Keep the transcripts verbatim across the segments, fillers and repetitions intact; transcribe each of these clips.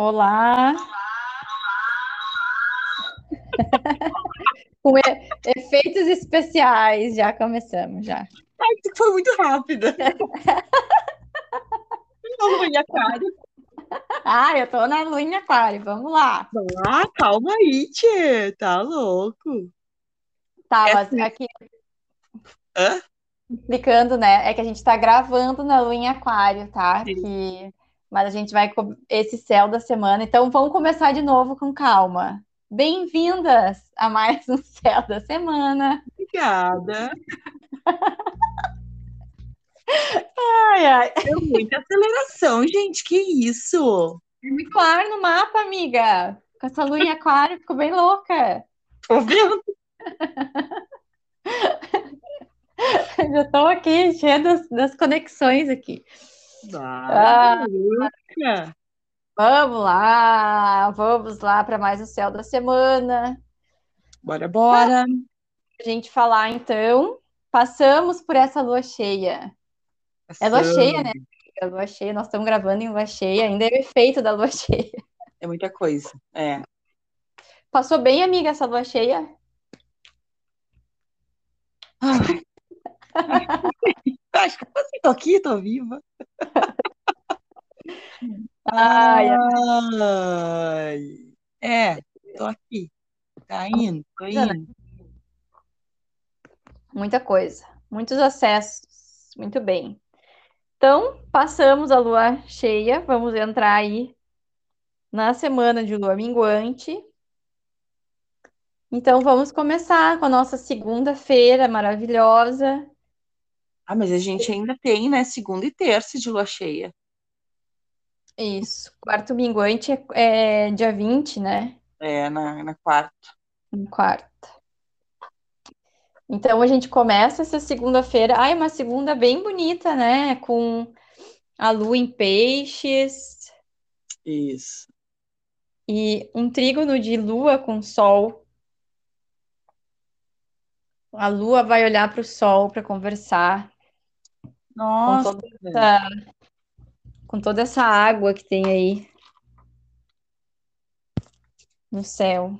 Olá, com e- efeitos especiais, já começamos já. Ai, tu foi muito rápida. Alô, em aquário. Ah, eu tô na lua em aquário, vamos lá. Ah, calma aí, tchê. Tá louco. Tá, É mas assim. aqui Hã? explicando, né, é que a gente tá gravando na lua em aquário, tá? Sim. Que mas a gente vai com esse céu da semana, então vamos começar de novo com calma. Bem-vindas a mais um céu da semana. Obrigada. Ai, ai. É muita aceleração, gente. Que isso? Muito ar no mapa, amiga. Com essa lua em aquário, ficou bem louca. Tô vendo. Já estou aqui cheia das, das conexões aqui. Vai, Ah, maluca. vamos lá, vamos lá para mais o céu da semana. Bora, bora. A gente falar então. Passamos por essa lua cheia. É lua cheia, né? Passando. É lua cheia, nós estamos gravando em lua cheia, ainda é o efeito da lua cheia. É muita coisa. É. Passou bem, amiga, essa lua cheia? Ai, acho que acho que eu tô aqui, tô viva. Ai, Ai. É, tô aqui. Tá indo, tô coisa, né? indo. Muita coisa, muitos acessos. Muito bem. Então, passamos a lua cheia, vamos entrar aí na semana de lua minguante. Então vamos começar com a nossa segunda-feira maravilhosa. Ah, mas a gente ainda tem, né? Segunda e terça de lua cheia. Isso. Quarto minguante é, é dia vinte, né? É, na, na quarta. Um quarto. Então a gente começa essa segunda-feira. Ai, uma segunda bem bonita, né? Com a lua em peixes Isso. e um trígono de lua com sol. A lua vai olhar para o sol para conversar com Nossa, toda essa, com toda essa água que tem aí no céu.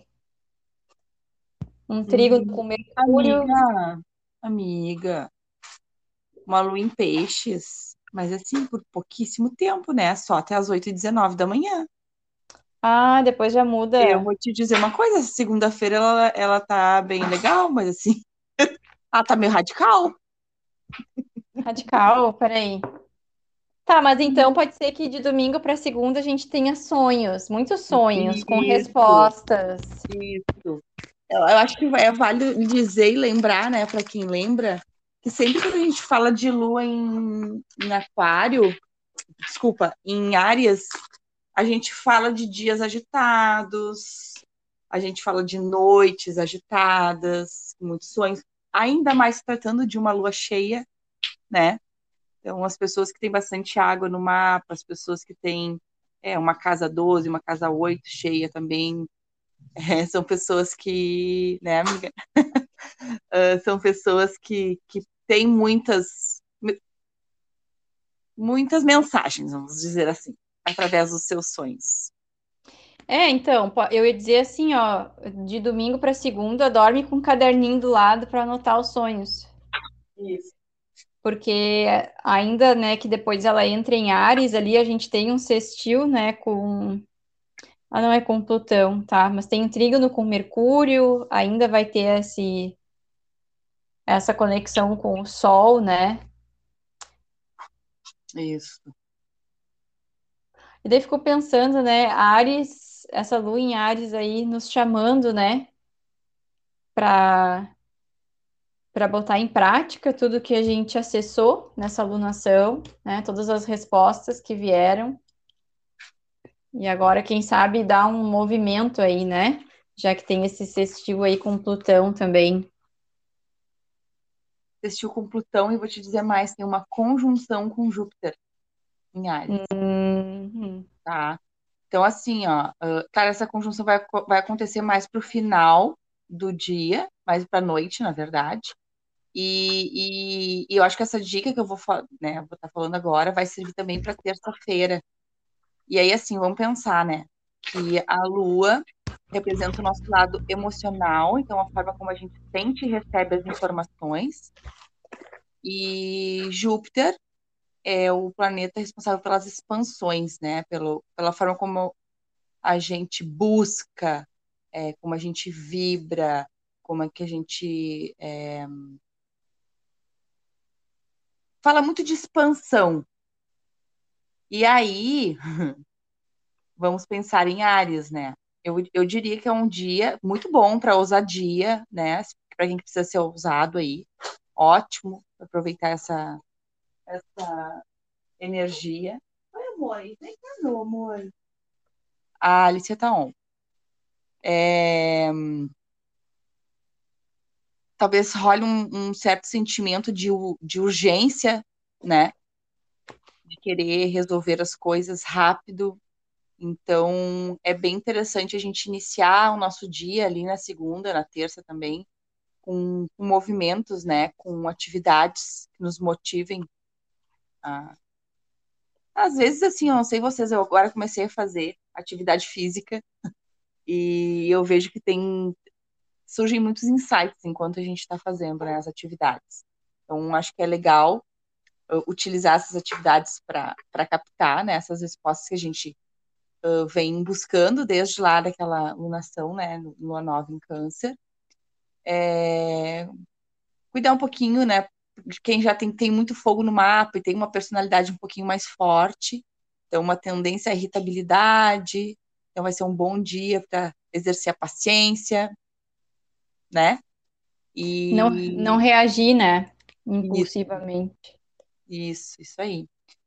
Um trígono hum, com Mercúrio. amiga, amiga, uma lua em peixes, mas assim, por pouquíssimo tempo, né? Só até as oito e dezenove da manhã. Ah, depois já Eu muda. vou te dizer uma coisa, essa segunda-feira ela, ela tá bem legal, mas assim, ela tá meio radical. Radical, peraí. Tá, mas então pode ser que de domingo para segunda a gente tenha sonhos, muitos sonhos, com Isso, respostas. isso. Eu, eu acho que é válido dizer e lembrar, né, para quem lembra, que sempre quando a gente fala de lua em, em aquário, desculpa, em Áries, a gente fala de dias agitados, a gente fala de noites agitadas, muitos sonhos, ainda mais se tratando de uma lua cheia, né? Então, as pessoas que têm bastante água no mapa, as pessoas que têm é, uma casa doze, uma casa oito cheia também, é, são pessoas que, né, amiga? Uh, são pessoas que, que têm muitas, muitas mensagens, vamos dizer assim, através dos seus sonhos. É, então, po- eu ia dizer assim, ó, de domingo para segunda, dorme com um caderninho do lado para anotar os sonhos. Isso. Porque ainda, né, que depois ela entra em Áries, ali a gente tem um sextil, né, com... Ah, não é com Plutão, tá? Mas tem um trígono com Mercúrio, ainda vai ter esse, essa conexão com o Sol, né? Isso. E daí ficou pensando, né, Áries, essa lua em Áries aí nos chamando, né, para para botar em prática tudo que a gente acessou nessa alunação, né, todas as respostas que vieram. E agora, quem sabe, dar um movimento aí, né? Já que tem esse sextil aí com Plutão também. Assistiu com Plutão e vou te dizer mais, tem uma conjunção com Júpiter em Áries, Uhum. tá? Então, assim, ó, uh, claro, essa conjunção vai, vai acontecer mais pro final do dia, mais pra noite, na verdade. E, e, e eu acho que essa dica que eu vou, fa- né, vou estar falando agora vai servir também para terça-feira. E aí, assim, vamos pensar, né? que a Lua representa o nosso lado emocional, então a forma como a gente sente e recebe as informações. E Júpiter é o planeta responsável pelas expansões, né? Pelo, pela forma como a gente busca, é, como a gente vibra, como é que a gente é, fala muito de expansão. E aí, vamos pensar em Áries, né? Eu, eu diria que é um dia muito bom para ousadia, né? Para quem precisa ser ousado aí. Ótimo aproveitar essa, essa energia. Oi, amor, vem cá, meu amor. A Alicia tá on. É, talvez role um, um certo sentimento de, de urgência, né? De querer resolver as coisas rápido. Então, é bem interessante a gente iniciar o nosso dia ali na segunda, na terça também, com, com movimentos, né? Com atividades que nos motivem a... Às vezes, assim, eu não sei vocês, eu agora comecei a fazer atividade física e eu vejo que tem surgem muitos insights enquanto a gente está fazendo, né, as atividades. Então, acho que é legal uh, utilizar essas atividades para captar, né, essas respostas que a gente uh, vem buscando desde lá daquela lunação, né, lua nova em câncer. É... Cuidar um pouquinho, né, de quem já tem, tem muito fogo no mapa e tem uma personalidade um pouquinho mais forte, então uma tendência à irritabilidade, então vai ser um bom dia para exercer a paciência, né? Não, não E reagir, né? isso, Impulsivamente. isso, isso aí.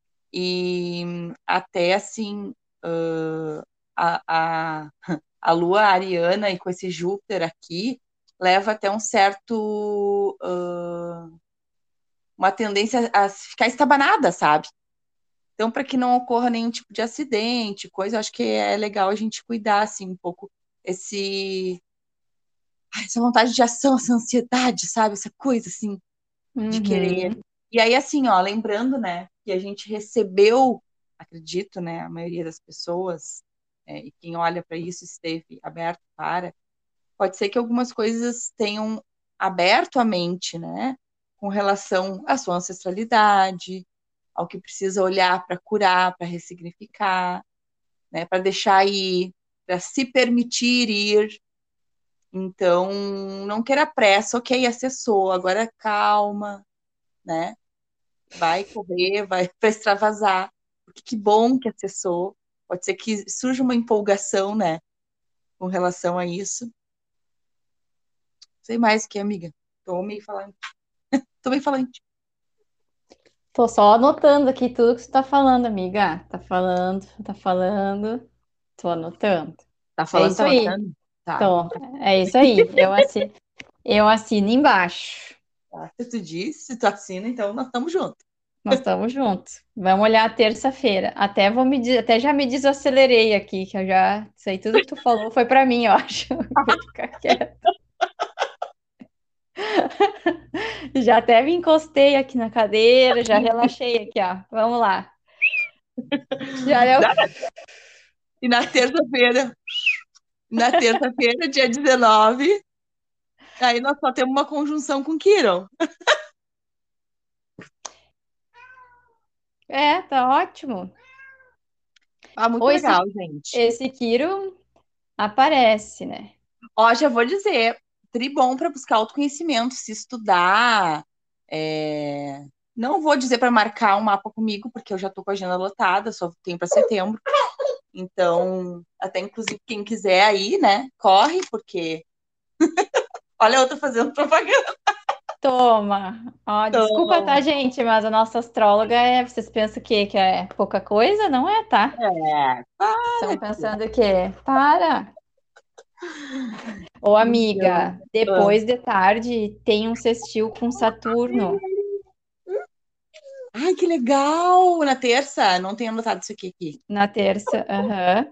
E até assim, uh, a, a, a Lua ariana e com esse Júpiter aqui leva até um certo uh, uma tendência a ficar estabanada, sabe? Então, para que não ocorra nenhum tipo de acidente, coisa, eu acho que é legal a gente cuidar assim um pouco esse essa vontade de ação, essa ansiedade, sabe? Essa coisa assim de querer. Uhum. E aí, assim, ó, lembrando, né, que a gente recebeu, acredito, né, a maioria das pessoas, é, e quem olha para isso esteve aberto para, pode ser que algumas coisas tenham aberto a mente, né, com relação à sua ancestralidade, ao que precisa olhar para curar, para ressignificar, né, para deixar ir, para se permitir ir. Então, não queira pressa, ok, acessou, agora calma, né? Vai correr, vai para extravasar. Porque que bom que acessou. Pode ser que surja uma empolgação, né, com relação a isso. Sei mais o que, amiga. Tô meio falando. Tô meio falante. Tô só anotando aqui tudo que você tá falando, amiga. Tá falando, tá falando. Tô anotando. Tá É falando, isso tá aí. anotando? Tá, então Tô, tá. é isso aí. Eu assino, eu assino embaixo. Tá. Se tu diz, se tu assina, então nós estamos juntos. Nós estamos juntos. Vamos olhar terça-feira. Até vou me, des- até já me desacelerei aqui, que eu já sei tudo que tu falou foi pra mim, eu acho. Vou ficar quieta. Já até me encostei aqui na cadeira, já relaxei aqui, ó. Vamos lá. Já deu. E na terça-feira, na terça-feira, dia dezenove, aí nós só temos uma conjunção com Kiron. É, tá ótimo. Ah, muito Ou esse, legal, gente. esse Kiro aparece, né? Ó, já vou dizer, tribom para buscar autoconhecimento, se estudar. é, Não vou dizer para marcar um mapa comigo, porque eu já estou com a agenda lotada, só tenho para setembro. Então, até inclusive quem quiser aí, né, corre, porque olha a outra fazendo propaganda. Toma. Ó, desculpa, tá, Então, gente, mas a nossa astróloga é. Vocês pensam o quê? Que é pouca coisa? Não é, tá? é, Estão para, tia. pensando o quê? Para. Ô, Então, amiga, ah. depois de tarde tem um sextil com Saturno Ai, que legal! Na terça, não tenho anotado isso aqui. aqui. na terça. Aham.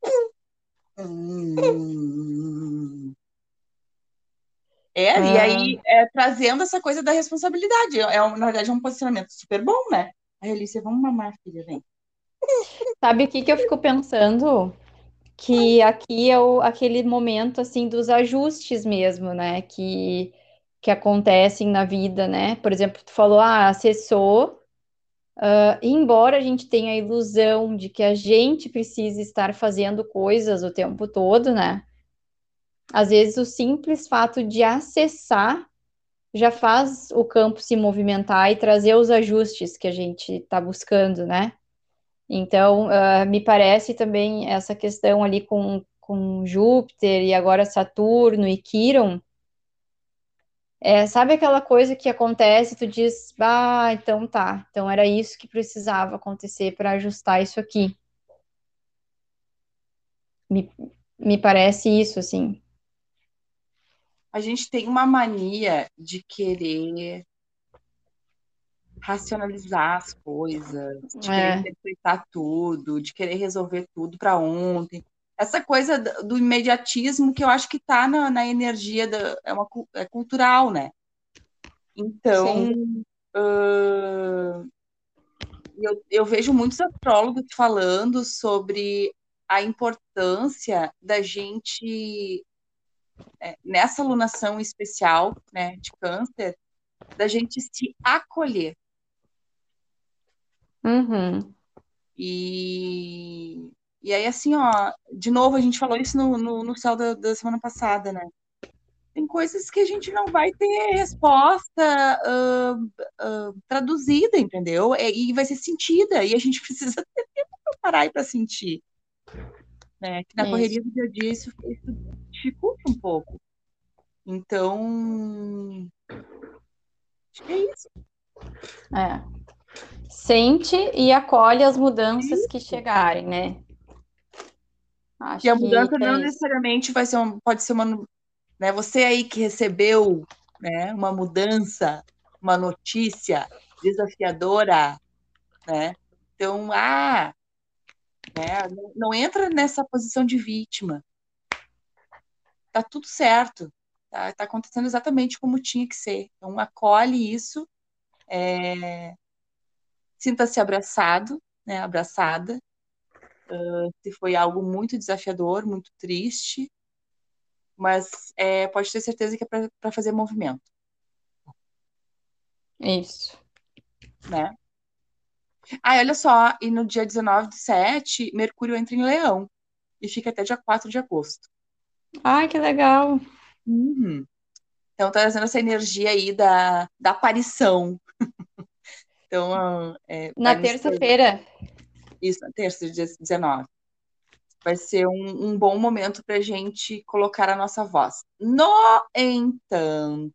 Hum. É, e Ah, aí é, trazendo essa coisa da responsabilidade. É, é um- na verdade, é um posicionamento super bom, né? Aí, Alicia, vamos mamar, filha, vem. sabe o que que eu fico pensando? que aqui é o, aquele momento assim dos ajustes mesmo, né? Que, que acontecem na vida, né? Por exemplo, tu falou, ah, acessou, ah, embora a gente tenha a ilusão de que a gente precisa estar fazendo coisas o tempo todo, né? Às vezes o simples fato de acessar já faz o campo se movimentar e trazer os ajustes que a gente está buscando, né? Então, uh, me parece também essa questão ali com, com Júpiter e agora Saturno e Quirón, é, sabe aquela coisa que acontece, tu diz, ah, então tá, então era isso que precisava acontecer para ajustar isso aqui. Me, me parece isso, assim. A gente tem uma mania de querer racionalizar as coisas, de querer É, interpretar tudo, de querer resolver tudo para ontem. Essa coisa do imediatismo que eu acho que está na, na energia da, é, uma, é cultural, né? Então, sim. uh, eu, eu vejo muitos astrólogos falando sobre a importância da gente, é, nessa lunação especial, né, de câncer, da gente se acolher. Uhum. E, e aí, assim, ó, de novo, a gente falou isso no, no, no céu da, da semana passada, né? Tem coisas que a gente não vai ter resposta uh, uh, traduzida, entendeu? É, e vai ser sentida, e a gente precisa ter tempo para parar e para sentir, né? Que na Isso. correria do dia a dia isso, isso dificulta um pouco. Então, acho que é isso. É. Sente e acolhe as mudanças que chegarem, né? E Acho a que, mudança que não é isso. necessariamente vai ser um, pode ser uma, né? Você aí que recebeu, né, uma mudança, uma notícia desafiadora, né? Então, ah, né, não, não entra nessa posição de vítima. Tá tudo certo. Tá, tá acontecendo exatamente como tinha que ser. Então, acolhe isso, é, sinta-se abraçado, né, abraçada. Uh, se foi algo muito desafiador, muito triste, mas é, pode ter certeza que é para fazer movimento, Isso. né? Ah, olha só, e no dia dezenove do sete, Mercúrio entra em Leão e fica até dia quatro de agosto. Ai, que legal. Uhum. Então, tá trazendo essa energia aí da, da aparição. Então, é, Na vai nos trazer terça-feira. isso na terça, dia dezenove. Vai ser um, um bom momento para a gente colocar a nossa voz. No entanto,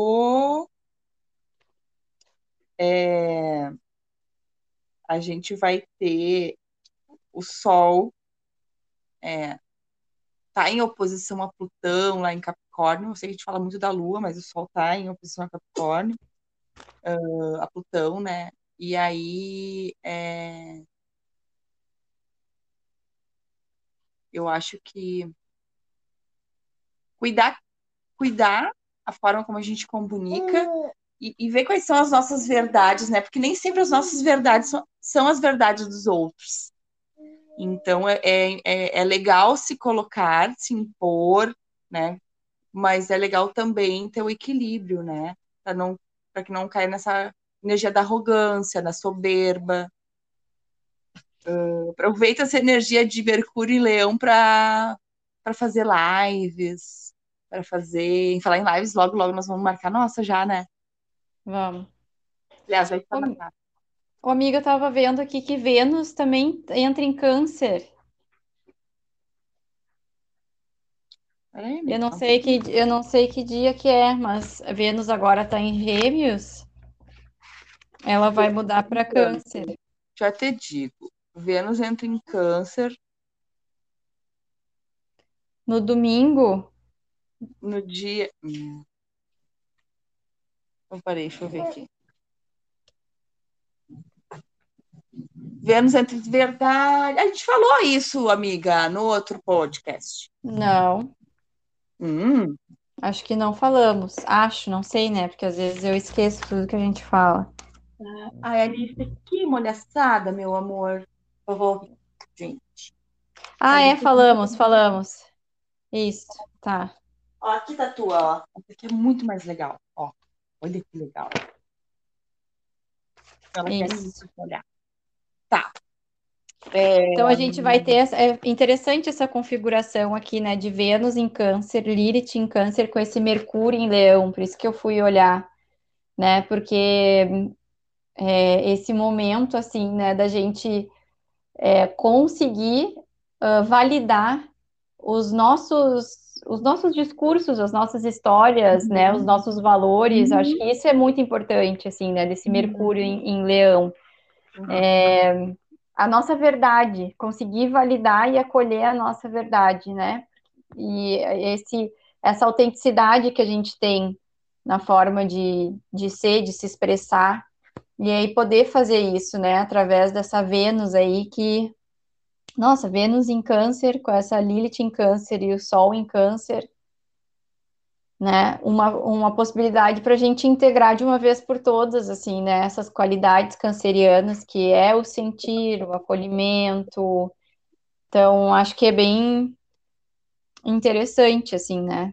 é, a gente vai ter o Sol, é, tá em oposição a Plutão lá em Capricórnio. Eu sei que a gente fala muito da Lua, mas o Sol tá em oposição a Capricórnio, uh, a Plutão, né? E aí é, eu acho que cuidar, cuidar a forma como a gente comunica e, e ver quais são as nossas verdades, né? Porque nem sempre as nossas verdades são, são as verdades dos outros. Então é, é, é legal se colocar, se impor, né? Mas é legal também ter o equilíbrio, né? Para não, para que não caia nessa energia da arrogância, da soberba. Uh, aproveita essa energia de Mercúrio e Leão para para fazer lives, para fazer, em falar em lives, logo logo nós vamos marcar nossa já, né? Vamos. Aliás, vai estar Ô, marcado. ô, amiga, eu tava vendo aqui que Vênus também entra em Câncer. Peraí, Eu amiga, não só um sei que, pouquinho. eu não sei que dia que é, mas a Vênus agora tá em Gêmeos. Ela vai Vênus mudar em para Câncer. Câncer. Já te digo, Vênus entra em Câncer No domingo, no dia. Hum, não parei, deixa eu ver aqui. Vênus entra de verdade. A gente falou isso, amiga, no outro podcast. não. Hum. Acho que não falamos. Acho, não sei, né? Porque às vezes eu esqueço tudo que a gente fala. Ai, Alice, que molhaçada, meu amor. Eu vou. Gente. Ah, Aí é, depois. falamos, falamos. Isso, tá. Ó, aqui tá a tua, ó. Essa aqui é muito mais legal. Ó, olha que legal. Ela quer muito Isso. olhar. Tá. É, Então a gente vai ter essa, é interessante essa configuração aqui, né, de Vênus em Câncer, Lilith em Câncer com esse Mercúrio em Leão, por isso que eu fui olhar, né, porque é, esse momento, assim, né, da gente é, conseguir ah, validar os nossos os nossos discursos, as nossas histórias, né, os uhum, nossos valores, acho uhum, que isso é muito importante, assim, né, desse uhum, Mercúrio em, em Leão. uhum. A nossa verdade, conseguir validar e acolher a nossa verdade, né? E esse, essa autenticidade que a gente tem na forma de, de ser, de se expressar, e aí poder fazer isso, né? Através dessa Vênus aí que, nossa, Vênus em Câncer, com essa Lilith em Câncer e o Sol em Câncer, né? Uma, uma possibilidade para a gente integrar de uma vez por todas, assim, né? Essas qualidades cancerianas, que é o sentir, o acolhimento. Então, acho que é bem interessante, assim, né?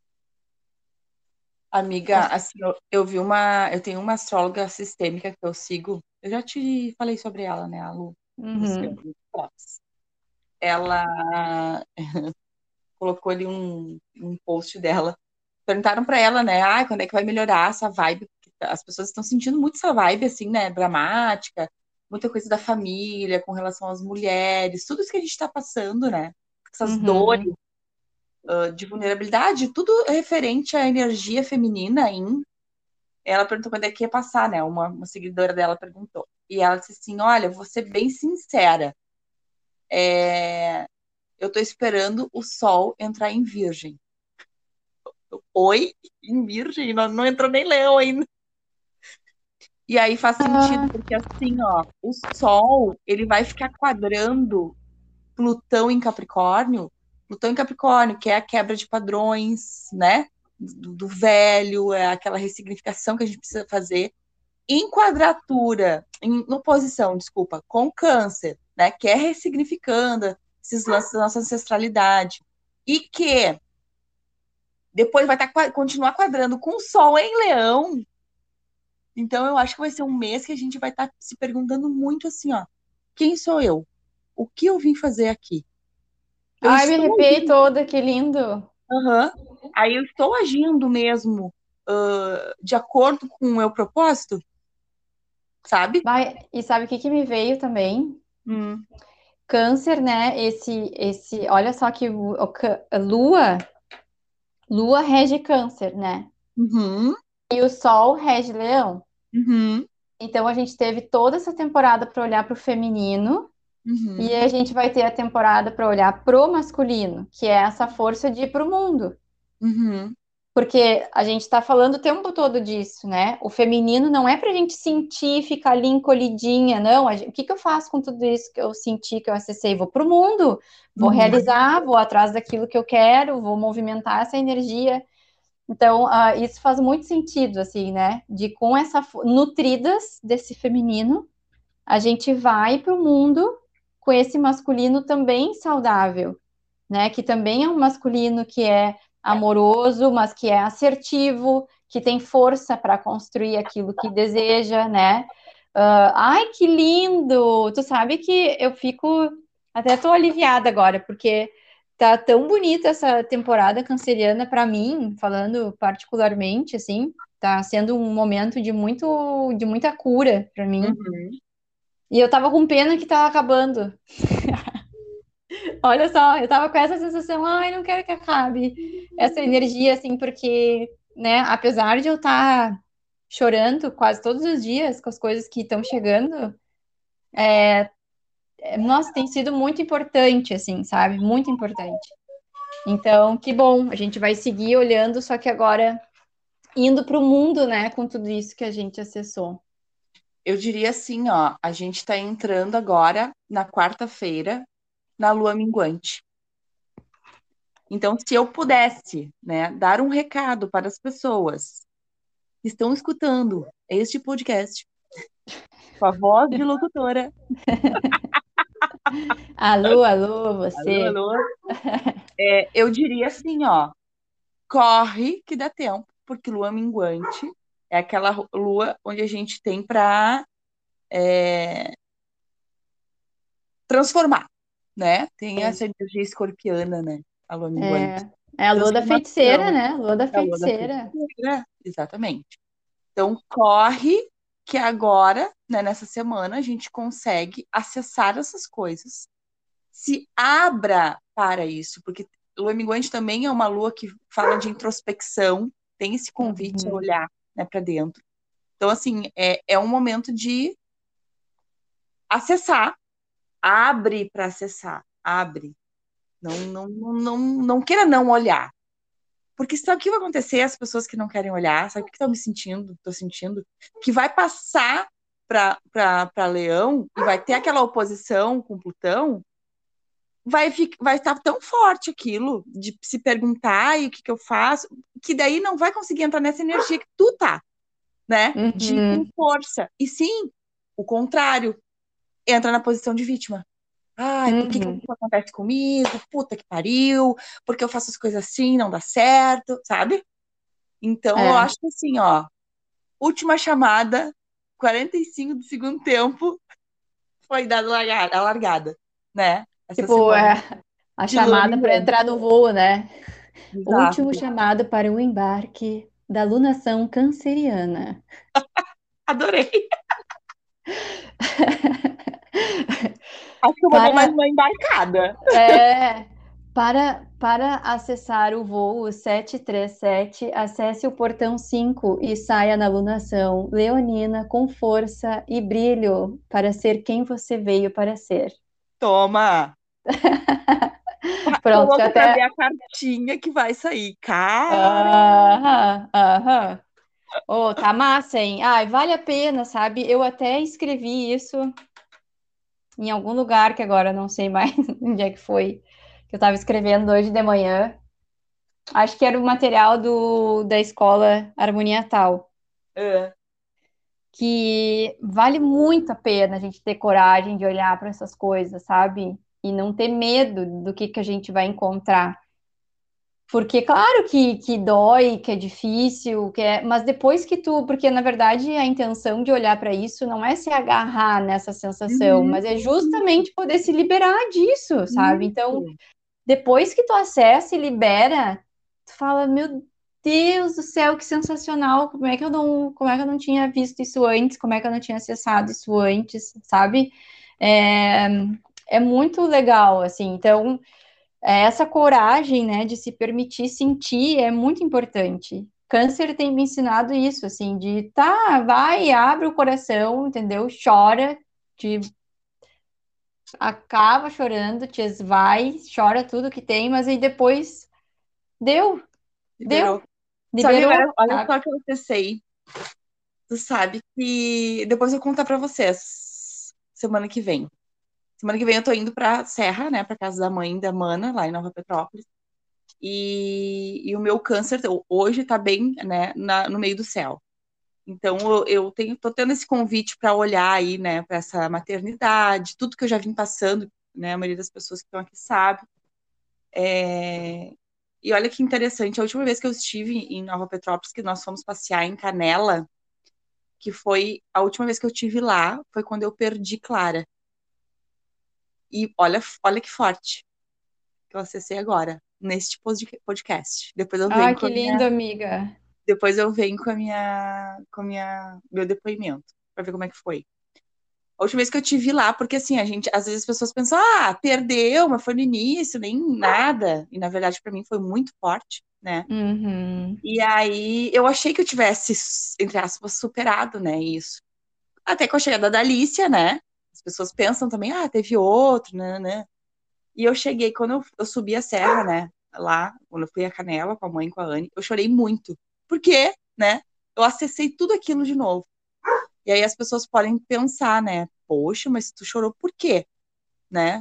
Amiga, assim, eu, eu vi uma. Eu tenho uma astróloga sistêmica que eu sigo. Eu já te falei sobre ela, né? A Lu, Uhum, Luciane Clopes. Ela colocou ali um, um post dela. Perguntaram pra ela, né? Ah, quando é que vai melhorar essa vibe? Porque as pessoas estão sentindo muito essa vibe, assim, né? Dramática, muita coisa da família, com relação às mulheres, tudo isso que a gente tá passando, né? Essas dores, uhum. uh, de vulnerabilidade, tudo referente à energia feminina em. Ela perguntou quando é que ia passar, né? Uma, uma seguidora dela perguntou. E ela disse assim: Olha, vou ser bem sincera. É, eu tô esperando o sol entrar em Virgem. Oi? Em Virgem? Não, não entrou nem Leão ainda. E aí faz sentido, Ah, porque assim, ó, o Sol, ele vai ficar quadrando Plutão em Capricórnio. Plutão em Capricórnio, que é a quebra de padrões, né? Do, do velho, é aquela ressignificação que a gente precisa fazer. Em quadratura, em oposição, desculpa, com Câncer, né? Que é ressignificando esses lances da nossa ancestralidade. E que depois vai estar, continuar quadrando com o Sol em Leão. Então eu acho que vai ser um mês que a gente vai estar se perguntando muito assim, ó, quem sou eu? O que eu vim fazer aqui? Eu ai, me estou arrepiei agindo, toda, que lindo. aham. Aí eu estou agindo mesmo uh, de acordo com o meu propósito, sabe? Vai, e sabe o que que me veio também? Hum. Câncer, né? Esse, esse, olha só que o, o cã- a Lua, Lua rege Câncer, né? Uhum, E o Sol rege Leão. uhum, Então a gente teve toda essa temporada para olhar para o feminino. E uhum, a gente vai ter a temporada para olhar pro masculino, que é essa força de ir pro mundo. uhum, Porque a gente está falando o tempo todo disso, né? O feminino não é para a gente sentir, ficar ali encolhidinha, não. A gente- o que que eu faço com tudo isso que eu senti, que eu acessei? Vou pro mundo, vou uhum. realizar, vou atrás daquilo que eu quero, vou movimentar essa energia. Então, ah, isso faz muito sentido, assim, né? De com essa fo- nutridas desse feminino, a gente vai para o mundo com esse masculino também saudável, né? Que também é um masculino que é amoroso, mas que é assertivo, que tem força para construir aquilo que deseja, né? Uh, ai, que lindo! Tu sabe que eu fico até tô aliviada agora, porque tá tão bonita essa temporada canceriana para mim, falando particularmente, assim, tá sendo um momento de muito de muita cura para mim. Uhum. E eu tava com pena que tava acabando. Olha só, eu tava com essa sensação, ai, não quero que acabe essa energia, assim, porque, né, apesar de eu estar chorando quase todos os dias com as coisas que estão chegando, é, nossa, tem sido muito importante, assim, sabe? Muito importante. Então, que bom, a gente vai seguir olhando, só que agora indo para o mundo, né, com tudo isso que a gente acessou. Eu diria assim, ó, a gente está entrando agora na quarta-feira na lua minguante. Então, se eu pudesse, né, dar um recado para as pessoas que estão escutando este podcast com a voz de locutora, Alô, alô, Alô, você. alô. É, eu diria assim, ó, corre que dá tempo, porque lua minguante é aquela ru- lua onde a gente tem para transformar, né? Tem Sim. essa energia escorpiana, né? A lua minguante. É, é a lua da feiticeira, Transformação, né? Lua da é a lua da feiticeira. feiticeira, exatamente. Então, corre que agora, né, nessa semana, a gente consegue acessar essas coisas. Se abra para isso, porque lua minguante também é uma lua que fala de introspecção, tem esse convite a Uhum, olhar, né, para dentro. Então, assim, é, é um momento de acessar, abre para acessar, abre. Não, não, não, não, não queira não olhar. Porque sabe o que vai acontecer? As pessoas que não querem olhar, sabe o que estão me sentindo? Estou sentindo que vai passar para Leão e vai ter aquela oposição com Plutão, vai, ficar, vai estar tão forte aquilo de se perguntar e o que, que eu faço, que daí não vai conseguir entrar nessa energia que tu tá, né? De ir com uhum, força. E sim, o contrário, entra na posição de vítima. Ai, por que, que uhum. isso acontece comigo? Puta que pariu, porque eu faço as coisas assim, não dá certo, sabe? Então, eu É, acho que assim, ó, última chamada, quarenta e cinco do segundo tempo, foi dada a largada, a largada, né? Essa tipo, semana é a de lua chamada para minguante. entrar no voo, né? Último Exato. chamado para o embarque da lunação canceriana. Adorei. Acho que eu vou dar mais Para, uma embarcada. é, para, para acessar o voo sete três sete, acesse o portão cinco e saia na lunação leonina com força e brilho para ser quem você veio para ser. Toma. Tô Pronto, já louca pra ver até. a cartinha que vai sair. Cara, Aham, aham. Oh, tá massa, hein? Ai, vale a pena, sabe? Eu até escrevi isso em algum lugar que agora eu não sei mais onde é que foi, que eu tava escrevendo hoje de manhã. Acho que era o material do, da escola Harmonia Tal, é, que vale muito a pena a gente ter coragem de olhar para essas coisas, sabe? E não ter medo do que, que a gente vai encontrar. Porque, claro que, que dói, que é difícil, que é... mas depois que tu. Porque, na verdade, a intenção de olhar para isso não é se agarrar nessa sensação, uhum, mas é justamente poder se liberar disso, sabe? Então, isso. depois que tu acessa e libera, tu fala, meu Deus do céu, que sensacional! Como é que eu não, como é que eu não tinha visto isso antes? Como é que eu não tinha acessado isso antes, sabe? É, é muito legal, assim. Então, é, essa coragem, né, de se permitir sentir é muito importante. Câncer tem me ensinado isso, assim, de tá, vai, abre o coração, entendeu? Chora, te acaba chorando, te esvai, chora tudo que tem, mas aí depois deu, Liberou. deu, Sabe, liberou, agora, olha sabe? só que eu pensei. Tu sabe que depois eu vou contar pra vocês semana que vem. Semana que vem eu tô indo pra Serra, né, pra casa da mãe da Mana, lá em Nova Petrópolis. E, e o meu câncer hoje tá bem, né, na, no meio do céu. Então eu, eu tenho, tô tendo esse convite para olhar aí, né, para essa maternidade, tudo que eu já vim passando, né, a maioria das pessoas que estão aqui sabe. É, e olha que interessante, a última vez que eu estive em Nova Petrópolis, que nós fomos passear em Canela, que foi a última vez que eu tive lá, foi quando eu perdi Clara. E olha, olha que forte que eu acessei agora, neste podcast. Depois eu venho Ai, com que a lindo, minha, amiga. depois eu venho com a minha, com a minha, meu depoimento, para ver como é que foi. A última vez que eu te vi lá, porque assim, a gente, às vezes as pessoas pensam, ah, perdeu, mas foi no início, nem nada. E na verdade, para mim, foi muito forte, né? Uhum. E aí eu achei que eu tivesse, entre aspas, superado, né, isso. Até com a chegada da Alicia, né? As pessoas pensam também, ah, teve outro, né, né? E eu cheguei, quando eu, eu subi a serra, né? Lá, quando eu fui a Canela com a mãe, com a Anne, eu chorei muito. Por quê, né? Eu acessei tudo aquilo de novo. E aí as pessoas podem pensar, né? Poxa, mas tu chorou por quê? Né?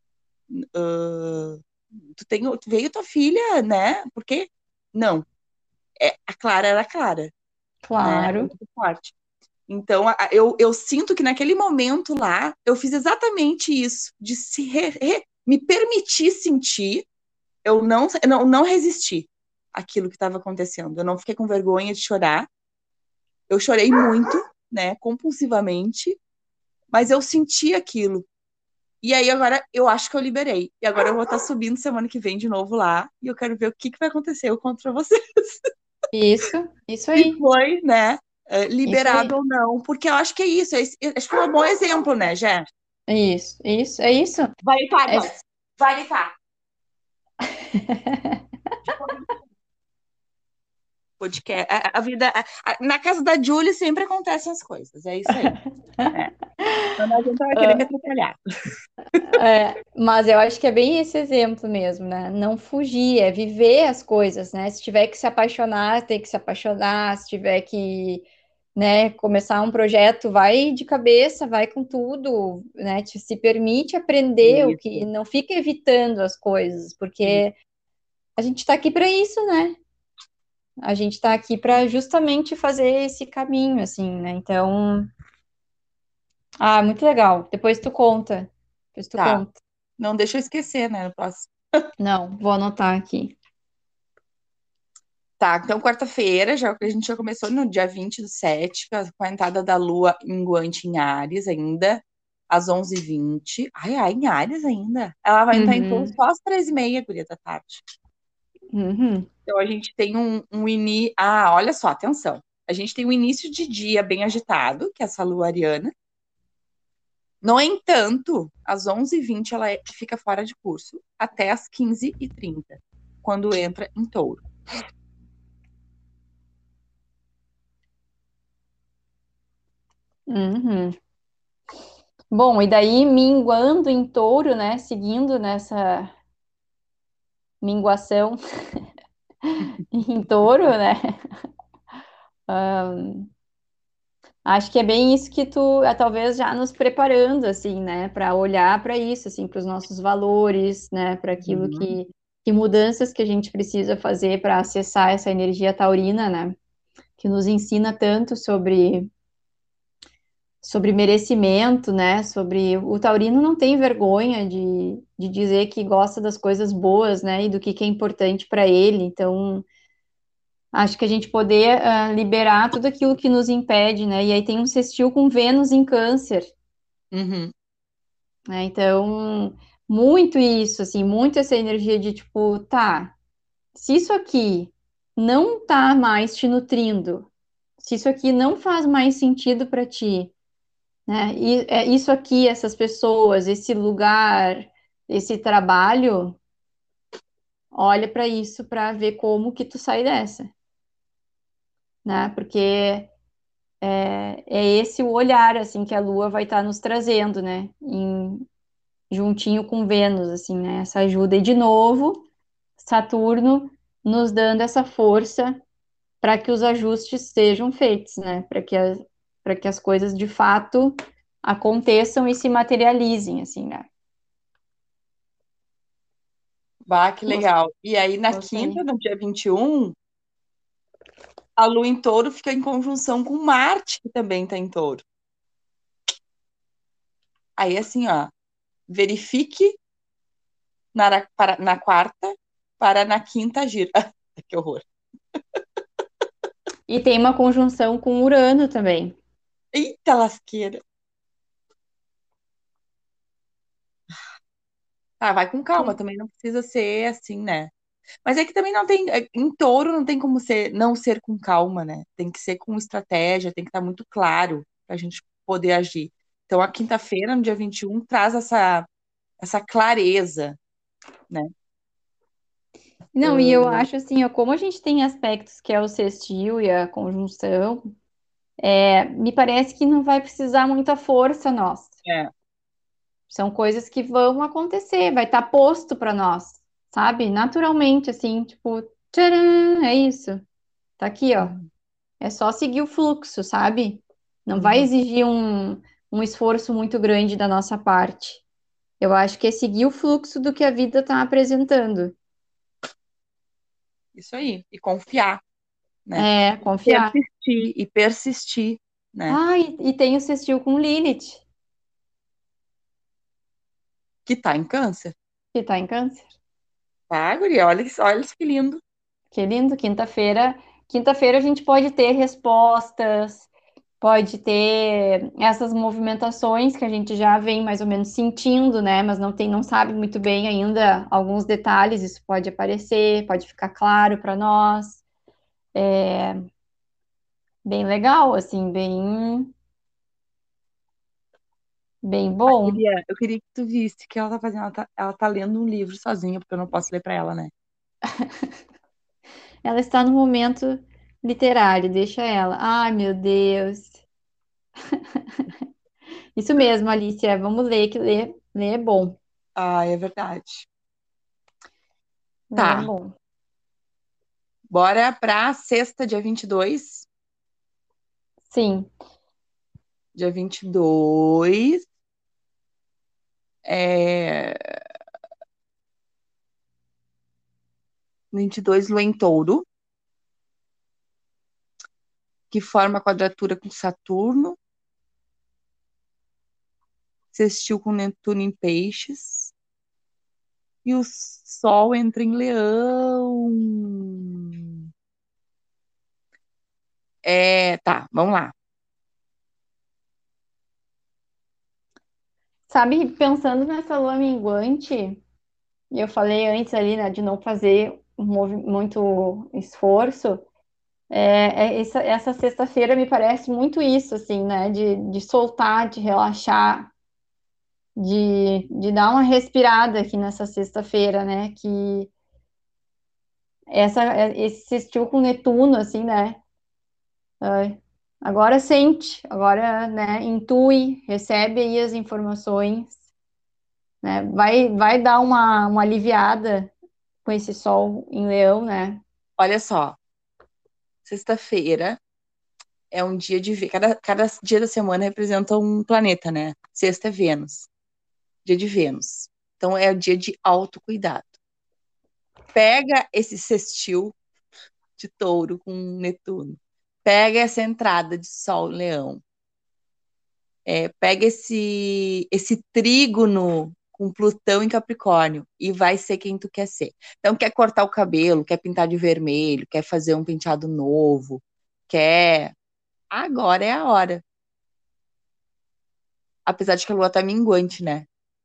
Uh, tu, tem, tu veio tua filha, né? Por quê? Não. É, a Clara era a Clara, né? É Claro. muito forte. Então, a- a- eu, eu sinto que naquele momento lá, eu fiz exatamente isso, de se re- re- me permitir sentir, eu não, eu não, não resisti àquilo que estava acontecendo. Eu não fiquei com vergonha de chorar. Eu chorei muito, né, compulsivamente, mas eu senti aquilo. E aí agora eu acho que eu liberei. E agora eu vou estar subindo semana que vem de novo lá, e eu quero ver o que que vai acontecer. Eu conto pra vocês Isso, isso se aí, foi, né, eh, isso liberado aí, ou não, porque eu acho que é isso. é esse- Acho que é um bom exemplo, né, Jé? isso, isso, é isso. Vai limpar, É... Joyce. Vai limpar. Podcast. A, a vida. A- a- na casa da Julie sempre acontecem as coisas. É isso aí. Né? Então não adianta ela querer me atrapalhar. É, mas eu acho que é bem esse exemplo mesmo, né? Não fugir, é viver as coisas, né? Se tiver que se apaixonar, tem que se apaixonar. Se tiver que, né, começar um projeto, vai de cabeça, vai com tudo, né? Te, se permite aprender o que, Isso, não fica evitando as coisas, isso. porque a gente está aqui para isso, né? A gente está aqui para justamente fazer esse caminho, assim, né? Então, ah, muito legal. Depois tu conta. Depois tu Tá. conta. Não deixa eu esquecer, né? No próximo. Não, vou anotar aqui. Tá, então quarta-feira, já, a gente já começou no dia vinte do sete, com a com a entrada da Lua minguante em Áries ainda, às onze e vinte. Ai, ai, em Áries ainda. Ela vai entrar em Touro Uhum, só às treze e meia, guria da tarde. uhum, Então a gente tem um, um ini... Ah, olha só, atenção. A gente tem um início de dia bem agitado, que é essa Lua ariana. No entanto, às onze e vinte ela é- fica fora de curso até às quinze e trinta, quando entra em Touro. uhum. Bom, e daí minguando em touro, né? Seguindo nessa minguação em touro, né? Acho que é bem isso que tu, é, talvez já nos preparando, assim, né? Para olhar para isso, assim, para os nossos valores, né? Para aquilo Uhum. que, que mudanças que a gente precisa fazer para acessar essa energia taurina, né? Que nos ensina tanto sobre sobre merecimento, né? Sobre o taurino não tem vergonha de, de dizer que gosta das coisas boas, né? E do que, que é importante para ele. Então, acho que a gente poder ah, liberar tudo aquilo que nos impede, né? E aí tem um sextil com Vênus em Câncer, Uhum. né? Então, muito isso, assim, muito essa energia de tipo, tá, se isso aqui não tá mais te nutrindo, se isso aqui não faz mais sentido para ti, né? E é isso aqui, essas pessoas, esse lugar, esse trabalho, olha para isso para ver como que tu sai dessa, né? Porque é, é esse o olhar assim que a Lua vai estar nos trazendo, né? Em, juntinho com Vênus, assim, né? Essa ajuda e de novo Saturno nos dando essa força para que os ajustes sejam feitos, né? Para que as, para que as coisas de fato aconteçam e se materializem, assim, né? Bah, que Gos- legal. E aí, na quinta, Gostei. no dia vinte e um, a Lua em Touro fica em conjunção com Marte, que também está em Touro. Aí, assim, ó, verifique na, ra- para, na quarta para na quinta agir. Que horror. E tem uma conjunção com Urano também. Eita lasqueira. Ah, vai com calma, Que- também não precisa ser assim, né? Mas é que também não tem, é, em touro não tem como ser, não ser com calma, né? Tem que ser com estratégia, tem que estar muito claro para a gente poder agir. Então, a quinta-feira, no dia vinte e um, traz essa, essa clareza, né? Não, e eu Ah, acho assim, ó, como a gente tem aspectos que é o sextil e a conjunção, é, me parece que não vai precisar muita força nossa. é. São coisas que vão acontecer, vai estar posto para nós, sabe? Naturalmente, assim, tipo, tcharam, é isso. Tá aqui, ó. Uhum, É só seguir o fluxo, sabe? Não vai uhum. exigir um, um esforço muito grande da nossa parte. Eu acho que é seguir o fluxo do que a vida está apresentando. Isso aí. E confiar, né? É, E confiar. persistir, e persistir, né? Ah, e, e tem o sextil com Lilith, Que tá em câncer. que tá em câncer. Tá, guria? Olha, isso- olha isso que lindo. Que lindo, quinta-feira. Quinta-feira a gente pode ter respostas, pode ter essas movimentações que a gente já vem mais ou menos sentindo, né? Mas não tem, não sabe muito bem ainda alguns detalhes, isso pode aparecer, pode ficar claro para nós. Bem legal, assim, bem, bem Ah, bom. guria, eu queria que tu visse que ela tá fazendo, ela tá, ela tá lendo um livro sozinha, porque eu não posso ler pra ela, né? Ela está no momento literário, deixa ela. Ai, meu Deus. Isso mesmo, Alicia, vamos ler, que ler, ler é bom. Ah, é verdade. Ler é Tá, bom. bora pra sexta, dia vinte e dois. Sim. Dia vinte e dois. É... vinte e dois, Lua em Touro, que forma quadratura com Saturno, sextil com Netuno em Peixes, e o Sol entra em Leão. É, tá, vamos lá. Sabe, pensando nessa lua minguante, eu falei antes ali, né, de não fazer um movi- muito esforço. É, é essa, essa sexta-feira me parece muito isso, assim, né, de, de soltar, de relaxar, de, de dar uma respirada aqui nessa sexta-feira, né, que essa, é- esse sextil com Netuno, assim, né, ai, agora sente, agora, né, intui, recebe aí as informações, né, vai, vai dar uma, uma aliviada com esse sol em Leão, né? Olha só, sexta-feira é um dia de. Vê- Cada, cada dia da semana representa um planeta, né? Sexta é Vênus, dia de Vênus. Então é o dia de autocuidado. Pega esse sextil de touro com Netuno. Pega essa entrada de Sol em Leão. É, pega esse, esse trígono com Plutão em Capricórnio e vai ser quem tu quer ser. Então, quer cortar o cabelo, quer pintar de vermelho, quer fazer um penteado novo, quer. Agora é a hora. Apesar de que a lua tá minguante, né?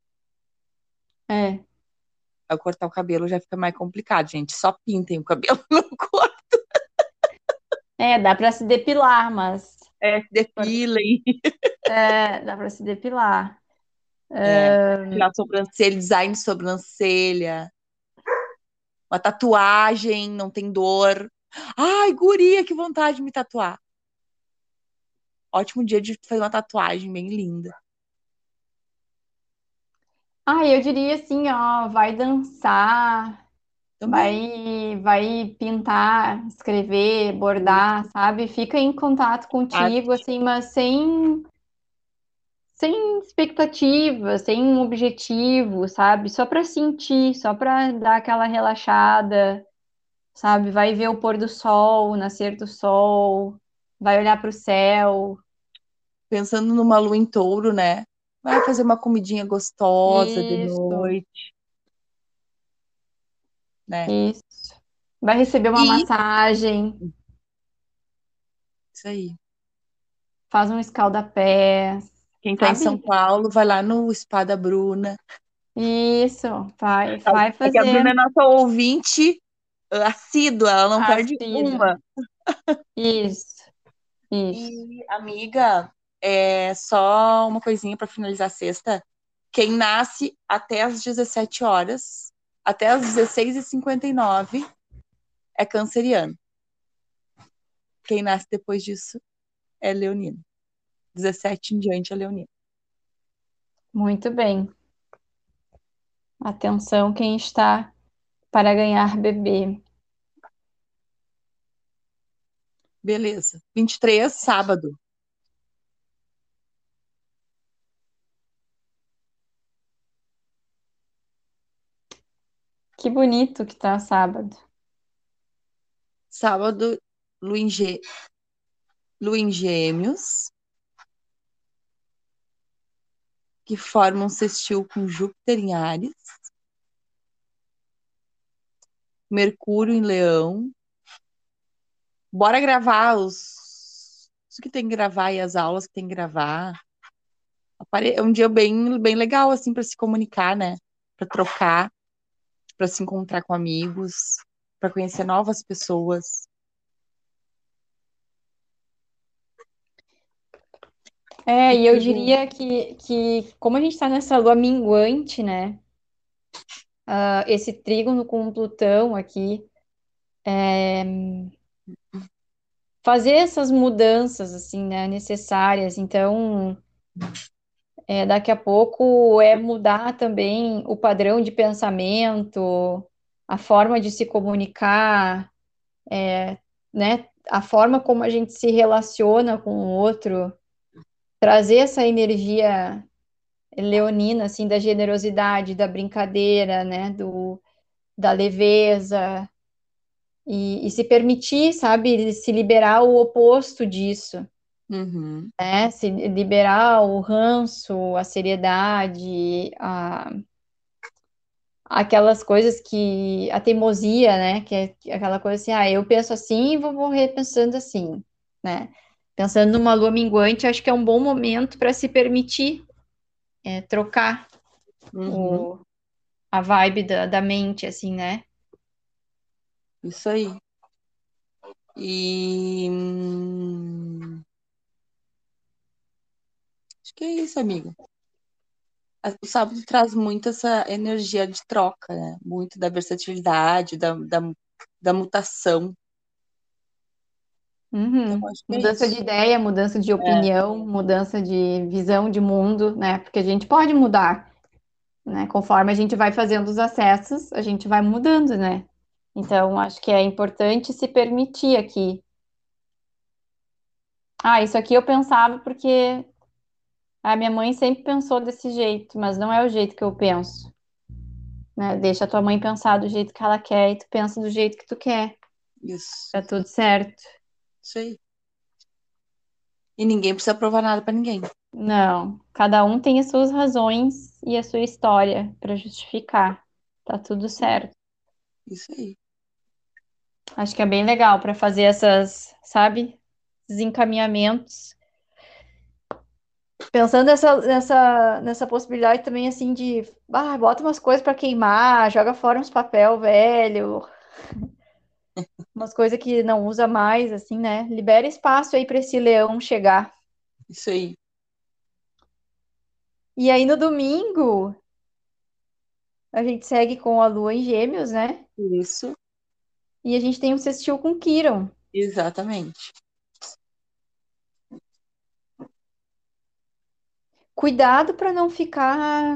É, Ao cortar o cabelo já fica mais complicado, gente. Só pintem o cabelo, não corta. é, dá para se depilar, mas É, depilem. é, dá para se depilar. É, tirar a sobrancelha, design de sobrancelha, uma tatuagem, não tem dor. Ai, guria, que vontade de me tatuar. Ótimo dia de fazer uma tatuagem bem linda. Ah, eu diria assim, ó, vai dançar, Também. vai, vai pintar, escrever, bordar, Isso. sabe? Fica em contato contigo, Arte. assim, mas sem, sem expectativa, sem um objetivo, sabe? Só para sentir, só para dar aquela relaxada, sabe? Vai ver o pôr do sol, o nascer do sol, vai olhar para o céu. Pensando numa lua em touro, né? Vai fazer uma comidinha gostosa de Isso, noite, né? isso. Vai receber uma E massagem, isso aí. faz um escalda-pés, Quem tá em São sabe? Paulo, vai lá no Spa da Bruna. Isso, vai, vai É que a Bruna é fazendo nossa ouvinte assídua, ela não perde assíduo. uma. Isso, isso. E, amiga, é só uma coisinha para finalizar a sexta. Quem nasce até as dezessete horas, até as dezesseis e cinquenta e nove, é canceriano. Quem nasce depois disso é leonino. dezessete em diante é leonino. Muito bem. Atenção, quem está para ganhar bebê. Beleza. vinte e três, sábado. Que bonito que tá sábado. Sábado, lua em, gê... lua em gêmeos. que forma um sextil com Júpiter em Áries, Mercúrio em Leão. Bora gravar os, os que tem que gravar e as aulas que tem que gravar. É um dia bem, bem legal, assim, para se comunicar, né? Para trocar, para se encontrar com amigos, para conhecer novas pessoas. É, E e eu tu- diria que, que como a gente está nessa lua minguante, né? Ah, esse trígono com Plutão aqui, fazer essas mudanças, assim, né, necessárias. Então, é, daqui a pouco é mudar também o padrão de pensamento, a forma de se comunicar, né? A forma como a gente se relaciona com o outro, trazer essa energia leonina, assim, da generosidade, da brincadeira, né? Do, da leveza, e, e se permitir, sabe, se liberar o oposto disso, Uhum, né? Se liberar o ranço, a seriedade, a, aquelas coisas que, a teimosia, né? Que é que é aquela coisa assim, ah, eu penso assim e vou morrer pensando assim, né? Pensando numa lua minguante, acho que é um bom momento para se permitir é, trocar uhum, o, a vibe da, da mente, assim, né? isso aí. E hum, acho que é isso, amiga. A- O sábado traz muito essa energia de troca, né? Muito da versatilidade, da, da, da mutação. Então, Uhum. acho que é Mudança de isso. ideia, mudança de É, opinião, mudança de visão de mundo, né? Porque a gente pode mudar, né? Conforme a gente vai fazendo os acessos, a gente vai mudando, né? Então, acho que é importante se permitir aqui. Ah, isso aqui eu pensava porque a minha mãe sempre pensou desse jeito, mas não é o jeito que eu penso, né? Deixa a tua mãe pensar do jeito que ela quer e tu pensa do jeito que tu quer. isso. Tá tudo certo. Isso aí. E ninguém precisa provar nada pra ninguém. Não, cada um tem as suas razões e a sua história para justificar. Tá tudo certo. Isso aí. Acho que é bem legal para fazer essas, sabe, esses encaminhamentos. Pensando nessa, nessa, nessa possibilidade também, assim, de, ah, bota umas coisas para queimar, joga fora uns papel velho, umas coisas que não usa mais, assim, né? Libera espaço aí para esse leão chegar. Isso aí. E aí no domingo, a gente segue com a lua em Gêmeos, né? Isso. E a gente tem um sextil com Quiron. Exatamente. Cuidado para não ficar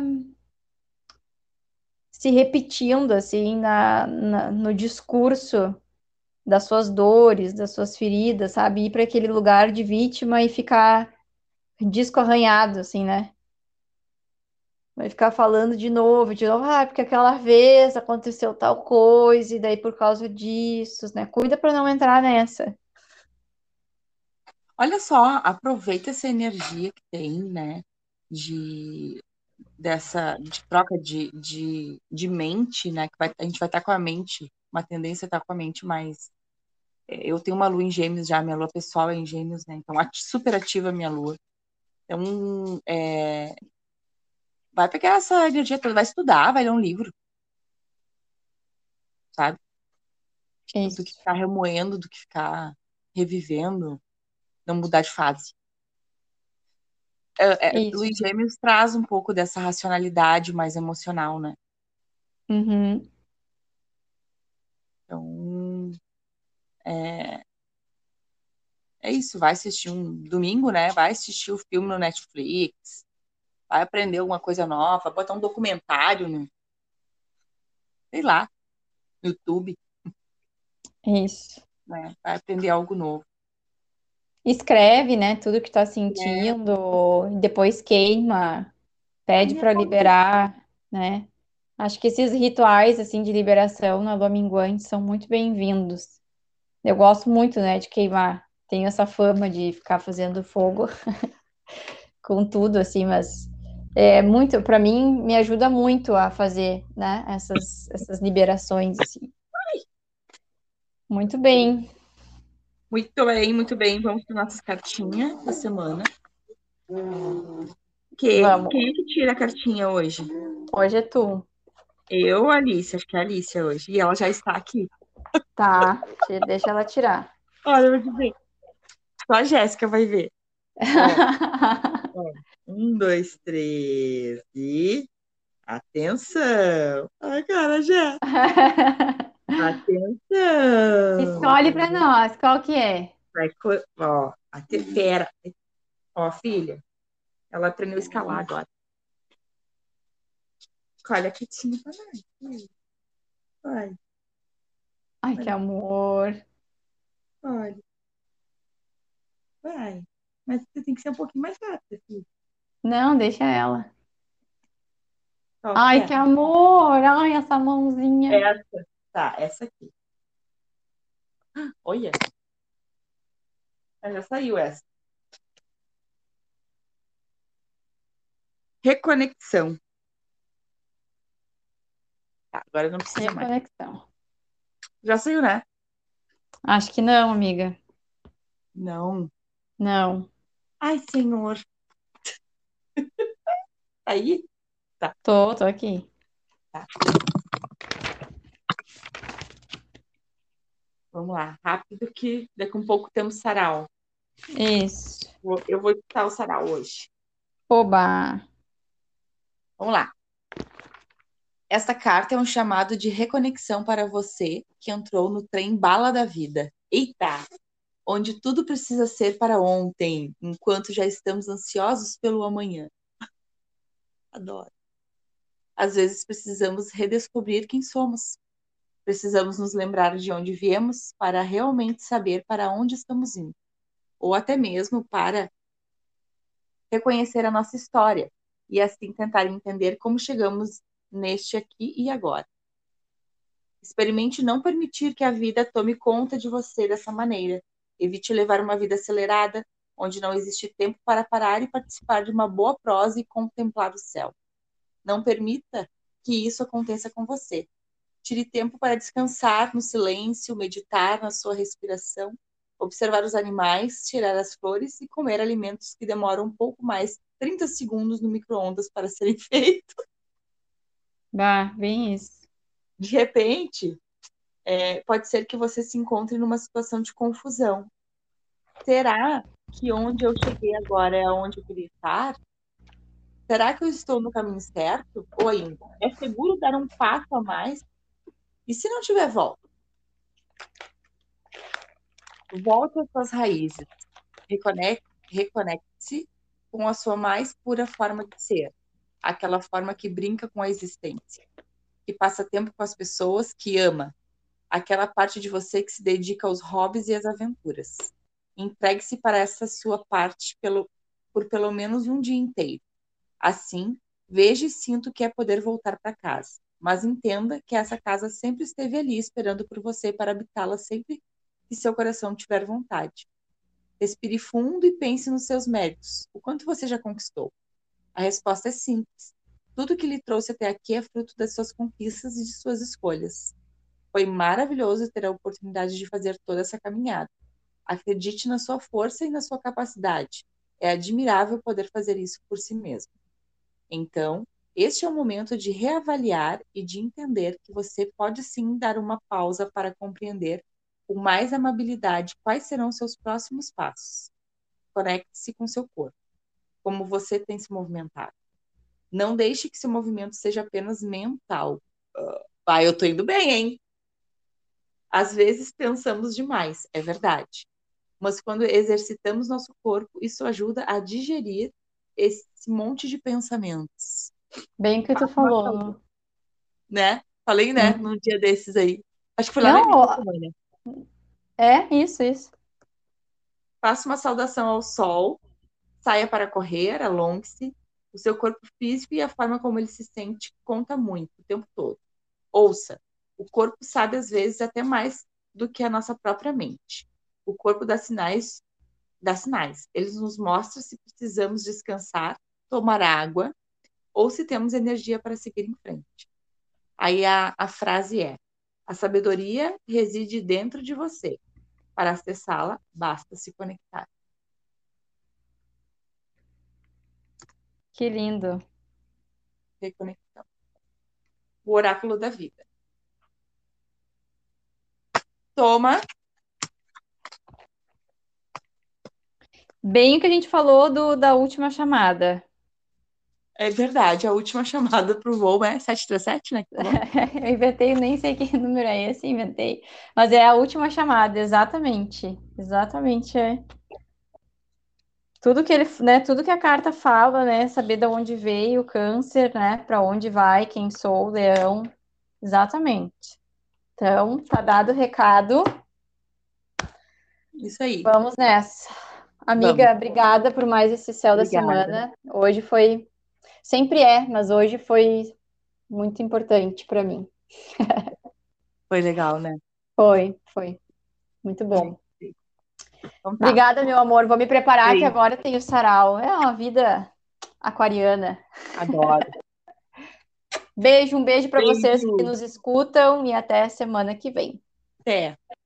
se repetindo assim na, na- no discurso das suas dores, das suas feridas, sabe? Ir para aquele lugar de vítima e ficar disco arranhado, assim, né? Vai ficar falando de novo, de novo, ah, porque aquela vez aconteceu tal coisa, e daí por causa disso, né? Cuida para não entrar nessa. Olha só, aproveita essa energia que tem, né? De dessa de troca de, de, de mente, né? Que vai, a gente vai estar com a mente, uma tendência a estar com a mente mais. é, Eu tenho uma lua em gêmeos já, minha lua pessoal é em gêmeos, né? Então, ati- super ativa a minha lua. Então, é, vai pegar essa energia toda, vai estudar, vai ler um livro, sabe? É Do que isso, ficar remoendo, do que ficar revivendo, não mudar de fase. É, é é, isso. Luiz Gêmeos traz um pouco dessa racionalidade mais emocional, né? Uhum, Então, é, é isso. Vai assistir um domingo, né? Vai assistir o filme no Netflix, vai aprender alguma coisa nova, botar um documentário no, sei lá, no YouTube, é isso. né? Vai aprender algo novo. Escreve, né, tudo que tá É, sentindo, depois queima, pede para liberar, né? Acho que esses rituais assim de liberação na lua minguante são muito bem-vindos. Eu gosto muito, né, de queimar. Tenho essa fama de ficar fazendo fogo com tudo assim, mas é muito, para mim, me ajuda muito a fazer, né, essas, essas liberações, assim. Muito bem. Muito bem, muito bem. Vamos para nossas cartinhas da semana. Que, Vamos. quem é que tira a cartinha hoje? Hoje é tu. Eu, Alice, acho que é a Alice hoje. E ela já está aqui. Tá, te- deixa ela tirar. Olha, eu vou dizer. Só a Jéssica vai ver. Ó, ó. Um, dois, três e. Atenção! Ai, cara, Jéssica. Atenção! Escolhe pra nós, qual que é? Vai, co- ó, até, pera. Ó, filha, ela aprendeu a escalar agora. Olha que tinha pra nós. Vai, Ai, que vai, amor. olha, vai. Mas você tem que ser um pouquinho mais rápida, filha. Não, deixa ela. Qual que Ai, é? que amor. Ai, essa mãozinha. Essa. Tá, essa aqui. Olha, já saiu essa. Reconexão. Tá, agora não precisa mais. Reconexão. Já saiu, né? Acho que não, amiga. Não. Não. Ai, senhor. Aí? Tá, Tô, tô aqui. tá. Vamos lá. Rápido que daqui a um pouco temos sarau. Isso. Vou- Eu vou escutar o sarau hoje. Oba. Vamos lá. Esta carta é um chamado de reconexão para você que entrou no trem bala da vida. Eita! Onde tudo precisa ser para ontem, enquanto já estamos ansiosos pelo amanhã. Adoro. Às vezes precisamos redescobrir quem somos. Precisamos nos lembrar de onde viemos para realmente saber para onde estamos indo. Ou até mesmo para reconhecer a nossa história e assim tentar entender como chegamos neste aqui e agora. Experimente não permitir que a vida tome conta de você dessa maneira. Evite levar uma vida acelerada, onde não existe tempo para parar e participar de uma boa prosa e contemplar o céu. Não permita que isso aconteça com você. Tire tempo para descansar no silêncio, meditar na sua respiração, observar os animais, tirar as flores e comer alimentos que demoram um pouco mais trinta segundos no micro-ondas para serem feitos. Bah, bem isso. De repente, é, pode ser que você se encontre numa situação de confusão. Será que onde eu cheguei agora é onde eu queria estar? Será que eu estou no caminho certo? Ou ainda, é seguro dar um passo a mais? E se não tiver volta? Volte às suas raízes. Reconecte, reconecte-se com a sua mais pura forma de ser. Aquela forma que brinca com a existência. Que passa tempo com as pessoas que ama. Aquela parte de você que se dedica aos hobbies e às aventuras. Entregue-se para essa sua parte pelo, por pelo menos um dia inteiro. Assim, veja e sinta o que é poder voltar para casa. Mas entenda que essa casa sempre esteve ali esperando por você para habitá-la sempre que seu coração tiver vontade. Respire fundo e pense nos seus méritos. O quanto você já conquistou? A resposta é simples. Tudo que lhe trouxe até aqui é fruto das suas conquistas e de suas escolhas. Foi maravilhoso ter a oportunidade de fazer toda essa caminhada. Acredite na sua força e na sua capacidade. É admirável poder fazer isso por si mesmo. Então, este é o momento de reavaliar e de entender que você pode sim dar uma pausa para compreender com mais amabilidade quais serão seus próximos passos. Conecte-se com seu corpo, como você tem se movimentado. Não deixe que seu movimento seja apenas mental. Uh, ah, eu tô indo bem, hein? Às vezes pensamos demais, é verdade. Mas quando exercitamos nosso corpo, isso ajuda a digerir esse monte de pensamentos. Bem o que tu falou. Né? Falei, né? Hum. Num dia desses aí. Acho que foi lá no início da Não, semana. é isso, isso. Faça uma saudação ao sol, saia para correr, alongue-se. O seu corpo físico e a forma como ele se sente conta muito o tempo todo. Ouça, o corpo sabe às vezes até mais do que a nossa própria mente. O corpo dá sinais, dá sinais. Ele nos mostra se precisamos descansar, tomar água, ou se temos energia para seguir em frente. Aí a, a frase é: a sabedoria reside dentro de você. Para acessá-la, basta se conectar. Que lindo. Reconexão. O oráculo da vida. Toma. Bem o que a gente falou do, da última chamada. É verdade, a última chamada para o voo é sete três sete, né? Que falou? Eu inventei, nem sei que número é esse, inventei. Mas é a última chamada, exatamente. Exatamente, é. Tudo que ele, né, tudo que a carta fala, né, saber de onde veio o câncer, né, para onde vai, quem sou, o leão. Exatamente. Então, tá dado o recado. Isso aí. Vamos nessa. Vamos. Amiga, obrigada por mais esse céu da Obrigada. semana. Hoje foi, sempre é, mas hoje foi muito importante para mim. Foi legal, né? Foi, foi muito bom. Então tá. Obrigada, meu amor. Vou me preparar que Beijo. agora tem o sarau. É uma vida aquariana. Adoro. Beijo, um beijo para vocês que Beijo. nos escutam e até semana que vem. Até.